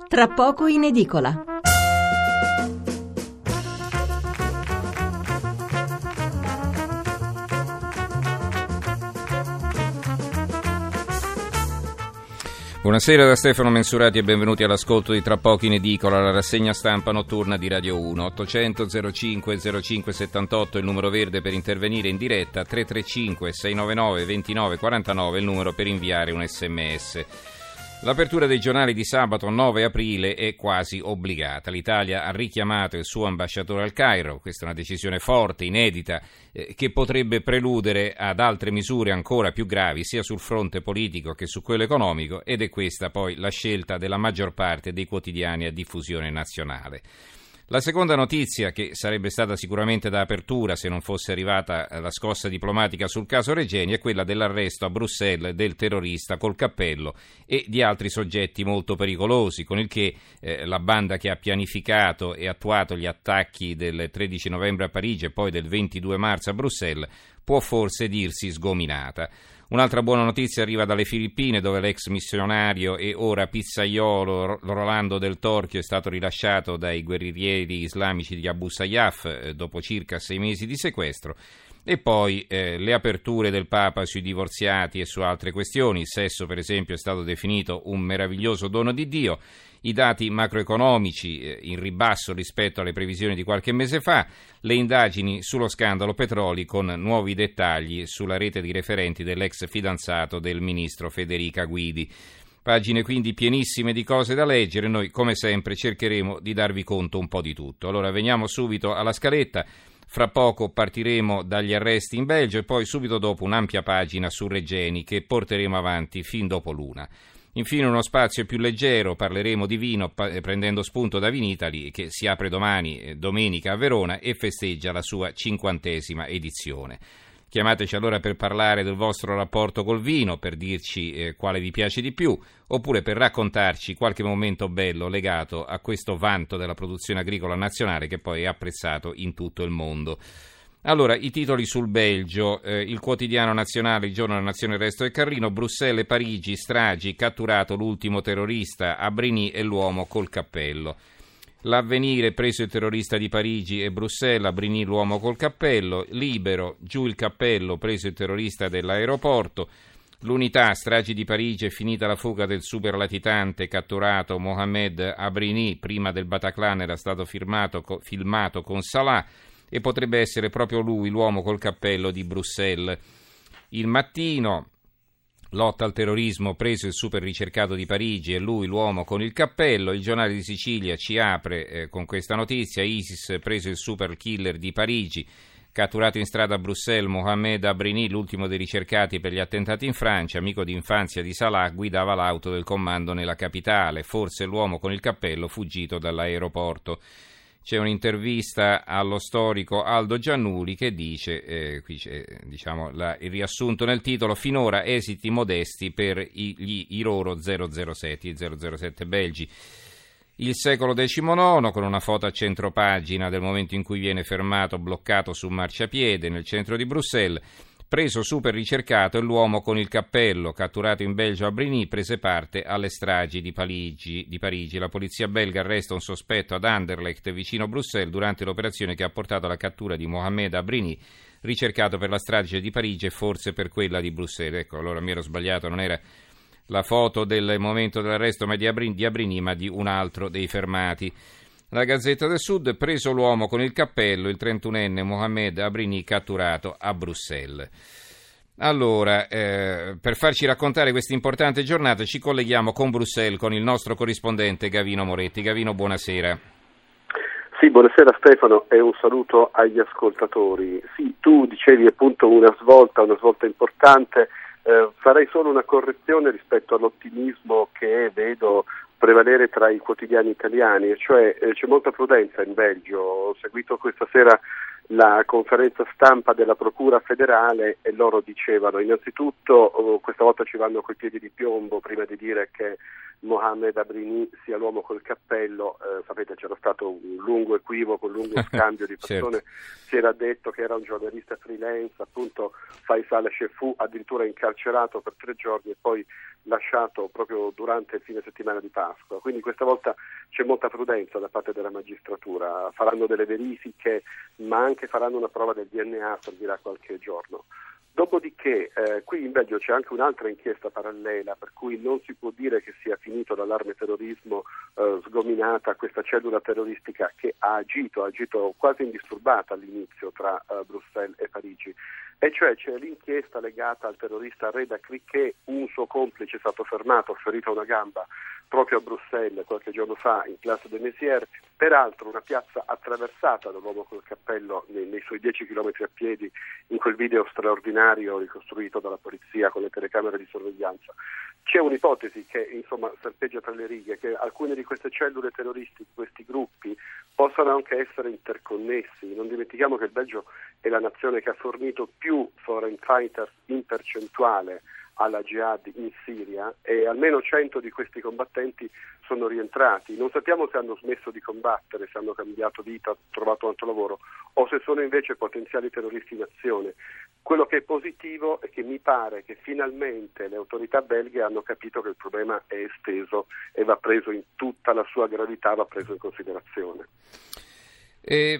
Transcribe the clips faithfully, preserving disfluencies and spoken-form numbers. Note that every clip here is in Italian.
tra poco in edicola. Buonasera da Stefano Mensurati e benvenuti all'ascolto di Tra poco in edicola, la rassegna stampa notturna di Radio uno. ottocento zero cinque zero cinque settantotto il numero verde per intervenire in diretta, tre tre cinque sei nove nove due nove quattro nove il numero per inviare un sms. L'apertura dei giornali di sabato nove aprile è quasi obbligata. L'Italia ha richiamato il suo ambasciatore al Cairo. Questa è una decisione forte, inedita, eh, che potrebbe preludere ad altre misure ancora più gravi, sia sul fronte politico che su quello economico, ed è questa poi la scelta della maggior parte dei quotidiani a diffusione nazionale. La seconda notizia, che sarebbe stata sicuramente da apertura se non fosse arrivata la scossa diplomatica sul caso Regeni, è quella dell'arresto a Bruxelles del terrorista col cappello e di altri soggetti molto pericolosi, con il che eh, la banda che ha pianificato e attuato gli attacchi del tredici novembre a Parigi e poi del ventidue marzo a Bruxelles può forse dirsi sgominata. Un'altra buona notizia arriva dalle Filippine, dove l'ex missionario e ora pizzaiolo Rolando Del Torchio è stato rilasciato dai guerriglieri islamici di Abu Sayyaf eh, dopo circa sei mesi di sequestro. E poi eh, le aperture del Papa sui divorziati e su altre questioni. Il sesso, per esempio, è stato definito un meraviglioso dono di Dio. I dati macroeconomici eh, in ribasso rispetto alle previsioni di qualche mese fa, le indagini sullo scandalo petroli con nuovi dettagli sulla rete di referenti dell'ex fidanzato del ministro Federica Guidi. Pagine quindi pienissime di cose da leggere, noi come sempre cercheremo di darvi conto un po' di tutto. Allora veniamo subito alla scaletta. Fra poco partiremo dagli arresti in Belgio e poi subito dopo un'ampia pagina su Regeni che porteremo avanti fin dopo l'una. Infine uno spazio più leggero, parleremo di vino pa- prendendo spunto da Vinitali, che si apre domani, eh, domenica a Verona, e festeggia la sua cinquantesima edizione. Chiamateci allora per parlare del vostro rapporto col vino, per dirci eh, quale vi piace di più, oppure per raccontarci qualche momento bello legato a questo vanto della produzione agricola nazionale che poi è apprezzato in tutto il mondo. Allora, i titoli sul Belgio, eh, il quotidiano nazionale, il giorno della nazione, il resto del Carlino, Bruxelles e Parigi, stragi, catturato l'ultimo terrorista, Abrigny e l'uomo col cappello. L'Avvenire, preso il terrorista di Parigi e Bruxelles, Abrigny l'uomo col cappello. Libero, giù il cappello, preso il terrorista dell'aeroporto. L'Unità, stragi di Parigi, è finita la fuga del super latitante, catturato Mohamed Abrigny, prima del Bataclan era stato firmato, co, filmato con Salah, e potrebbe essere proprio lui l'uomo col cappello di Bruxelles. Il Mattino, lotta al terrorismo, preso il super ricercato di Parigi e lui l'uomo con il cappello. Il Giornale di Sicilia ci apre eh, con questa notizia: ISIS preso il super killer di Parigi, catturato in strada a Bruxelles Mohamed Abrigny, l'ultimo dei ricercati per gli attentati in Francia, amico d'infanzia di Salah, guidava l'auto del comando nella capitale, forse l'uomo con il cappello fuggito dall'aeroporto. C'è un'intervista allo storico Aldo Giannuli che dice, eh, qui c'è diciamo, la, il riassunto nel titolo: finora esiti modesti per i, gli Iroro zero zero sette, i zero zero sette belgi. Il secolo diciannove, con una foto a centropagina del momento in cui viene fermato, bloccato su marciapiede nel centro di Bruxelles. Preso super ricercato è l'uomo con il cappello, catturato in Belgio a Abrigny, prese parte alle stragi di Parigi, di Parigi. La polizia belga arresta un sospetto ad Anderlecht, vicino Bruxelles, durante l'operazione che ha portato alla cattura di Mohamed Abrigny, ricercato per la strage di Parigi e forse per quella di Bruxelles. Ecco, allora mi ero sbagliato, non era la foto del momento dell'arresto di Abrigny, ma di un altro dei fermati. La Gazzetta del Sud, preso l'uomo con il cappello, il trentunenne Mohamed Abrigny catturato a Bruxelles. Allora, eh, per farci raccontare questa importante giornata ci colleghiamo con Bruxelles con il nostro corrispondente Gavino Moretti. Gavino, buonasera. Sì, buonasera Stefano e un saluto agli ascoltatori. Sì, tu dicevi appunto una svolta, una svolta importante. Eh, farei solo una correzione rispetto all'ottimismo che vedo prevalere tra i quotidiani italiani, cioè eh, c'è molta prudenza in Belgio. Ho seguito questa sera la conferenza stampa della Procura federale e loro dicevano innanzitutto oh, questa volta ci vanno coi piedi di piombo prima di dire che Mohamed Abrini sia l'uomo col cappello. Eh, sapete, c'era stato un lungo equivoco, un lungo scambio di persone, certo. Si era detto che era un giornalista freelance, appunto Faisal Sheffu, addirittura incarcerato per tre giorni e poi lasciato proprio durante il fine settimana di Pasqua. Quindi questa volta c'è molta prudenza da parte della magistratura, faranno delle verifiche ma anche faranno una prova del D N A, servirà qualche giorno. Dopodiché eh, qui in Belgio c'è anche un'altra inchiesta parallela, per cui non si può dire che sia finito l'allarme terrorismo eh, sgominata questa cellula terroristica che ha agito, ha agito quasi indisturbata all'inizio tra eh, Bruxelles e Parigi. E cioè c'è l'inchiesta legata al terrorista Reda Criquet, un suo complice è stato fermato, ferito a una gamba proprio a Bruxelles qualche giorno fa in Place de Maizière, peraltro una piazza attraversata dall'uomo col cappello nei, nei suoi dieci chilometri a piedi in quel video straordinario ricostruito dalla polizia con le telecamere di sorveglianza. C'è un'ipotesi che insomma serpeggia tra le righe, che alcune di queste cellule terroristiche, questi gruppi, possano anche essere interconnessi. Non dimentichiamo che il Belgio è la nazione che ha fornito più foreign fighters in percentuale alla Jihad in Siria e almeno cento di questi combattenti sono rientrati. Non sappiamo se hanno smesso di combattere, se hanno cambiato vita, trovato un altro lavoro o se sono invece potenziali terroristi in azione. Quello che è positivo è che mi pare che finalmente le autorità belghe hanno capito che il problema è esteso e va preso in tutta la sua gravità, va preso in considerazione. E,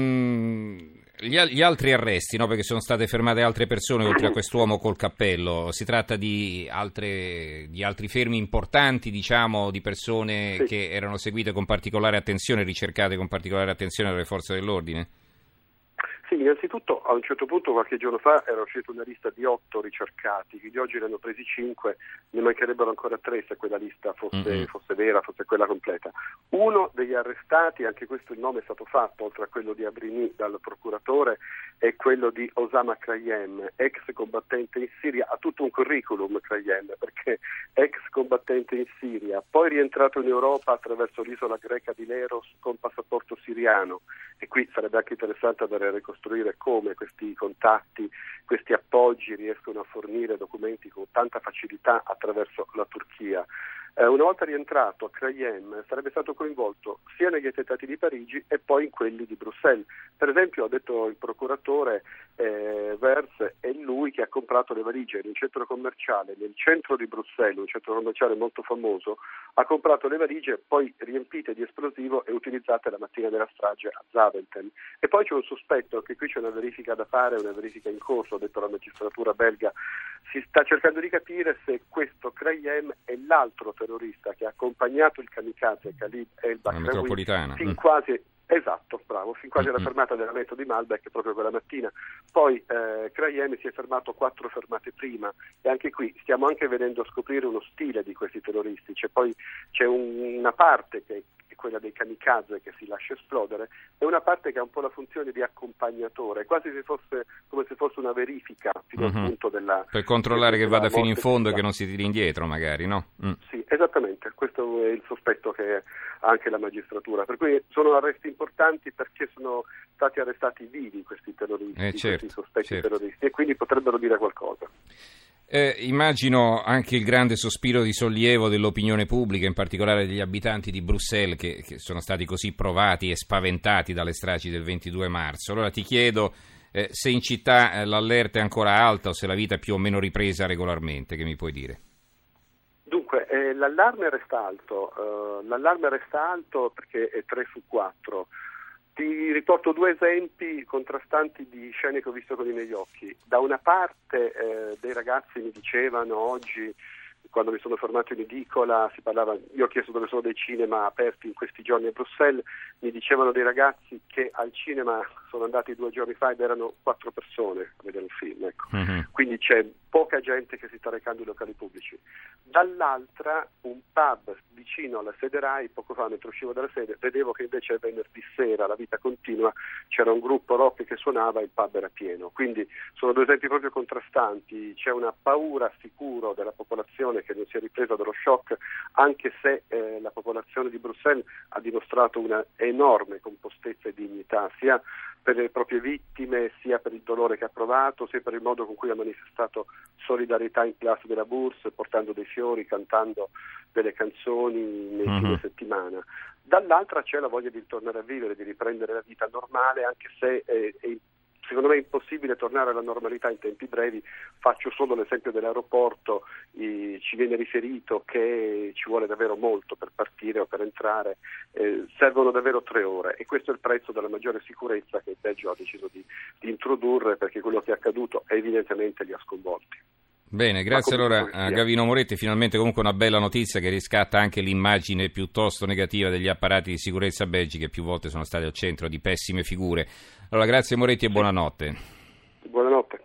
mh... Gli, gli altri arresti, no? Perché sono state fermate altre persone oltre a quest'uomo col cappello, si tratta di, altre, di altri fermi importanti, diciamo, di persone sì. che erano seguite con particolare attenzione, ricercate con particolare attenzione dalle forze dell'ordine? Sì, innanzitutto a un certo punto qualche giorno fa era uscita una lista di otto ricercati, quindi oggi ne hanno presi cinque, ne mancherebbero ancora tre se quella lista fosse, mm-hmm. fosse vera, fosse quella completa. Uno degli arrestati, anche questo il nome è stato fatto, oltre a quello di Abrini dal procuratore, è quello di Osama Krayem, ex combattente in Siria, ha tutto un curriculum Krayem, perché ex combattente in Siria, poi rientrato in Europa attraverso l'isola greca di Leros con passaporto siriano, e qui sarebbe anche interessante andare a ricostruire come questi contatti, questi appoggi riescono a fornire documenti con tanta facilità attraverso la Turchia. Eh, una volta rientrato a Krayem sarebbe stato coinvolto sia negli attentati di Parigi e poi in quelli di Bruxelles. Per esempio, ha detto il procuratore eh, Vers, è lui che ha comprato le valigie in un centro commerciale nel centro di Bruxelles, un centro commerciale molto famoso, ha comprato le valigie poi riempite di esplosivo e utilizzate la mattina della strage a Zaventem. E poi c'è un sospetto, che qui c'è una verifica da fare, una verifica in corso, ha detto la magistratura belga, si sta cercando di capire se questo Krayem è l'altro terrorista che ha accompagnato il kamikaze Khalid el-Bakraoui fin mm. quasi, esatto, bravo, fin quasi alla mm-hmm. fermata della metro di Malbec proprio quella mattina. Poi eh, Krayem si è fermato quattro fermate prima e anche qui stiamo anche vedendo a scoprire uno stile di questi terroristi. C'è poi c'è un, una parte che è quella dei kamikaze che si lascia esplodere e una parte che ha un po' la funzione di accompagnatore, quasi se fosse come se fosse una verifica fino mm-hmm. al punto della per controllare che vada fino in fondo e che non si tiri indietro magari, no? Mm. Sì, esattamente, questo è il sospetto che ha anche la magistratura, per cui sono arresti importanti perché sono stati arrestati vivi questi terroristi, eh, certo, questi sospetti certo. terroristi, e quindi potrebbero dire qualcosa. Eh, immagino anche il grande sospiro di sollievo dell'opinione pubblica, in particolare degli abitanti di Bruxelles che, che sono stati così provati e spaventati dalle stragi del ventidue marzo. Allora ti chiedo eh, se in città eh, l'allerta è ancora alta o se la vita è più o meno ripresa regolarmente, che mi puoi dire? Dunque, eh, l'allarme resta alto, uh, l'allarme resta alto perché è tre su quattro. Ti riporto due esempi contrastanti di scene che ho visto con i miei occhi. Da una parte eh, dei ragazzi mi dicevano oggi, quando mi sono fermato in edicola, si parlava, io ho chiesto dove sono dei cinema aperti in questi giorni a Bruxelles, mi dicevano dei ragazzi che al cinema sono andati due giorni fa ed erano quattro persone a vedere un film, ecco. Mm-hmm. Quindi c'è poca gente che si sta recando in locali pubblici. Dall'altra un pub vicino alla sede Rai, poco fa mentre uscivo dalla sede, vedevo che invece venerdì sera, la vita continua, c'era un gruppo rock che suonava e il pub era pieno. Quindi sono due esempi proprio contrastanti, c'è una paura sicuro della popolazione che non si è ripresa dallo shock, anche se eh, la popolazione di Bruxelles ha dimostrato una enorme compostezza e dignità, sia per le proprie vittime, sia per il dolore che ha provato, sia per il modo con cui ha manifestato solidarietà in Place de la Bourse, portando dei fiori, cantando delle canzoni nei mm-hmm. fine settimana. Dall'altra c'è la voglia di tornare a vivere, di riprendere la vita normale, anche se è, è, secondo me è impossibile tornare alla normalità in tempi brevi. Faccio solo l'esempio dell'aeroporto, i, ci viene riferito che ci vuole davvero molto per partire o per entrare, eh, servono davvero tre ore e questo è il prezzo della maggiore sicurezza che il Belgio ha deciso di, di introdurre, perché quello che è accaduto evidentemente li ha sconvolti. Bene, grazie allora a Gavino Moretti. Finalmente comunque una bella notizia che riscatta anche l'immagine piuttosto negativa degli apparati di sicurezza belgi che più volte sono stati al centro di pessime figure. Allora grazie Moretti e buonanotte. Buonanotte.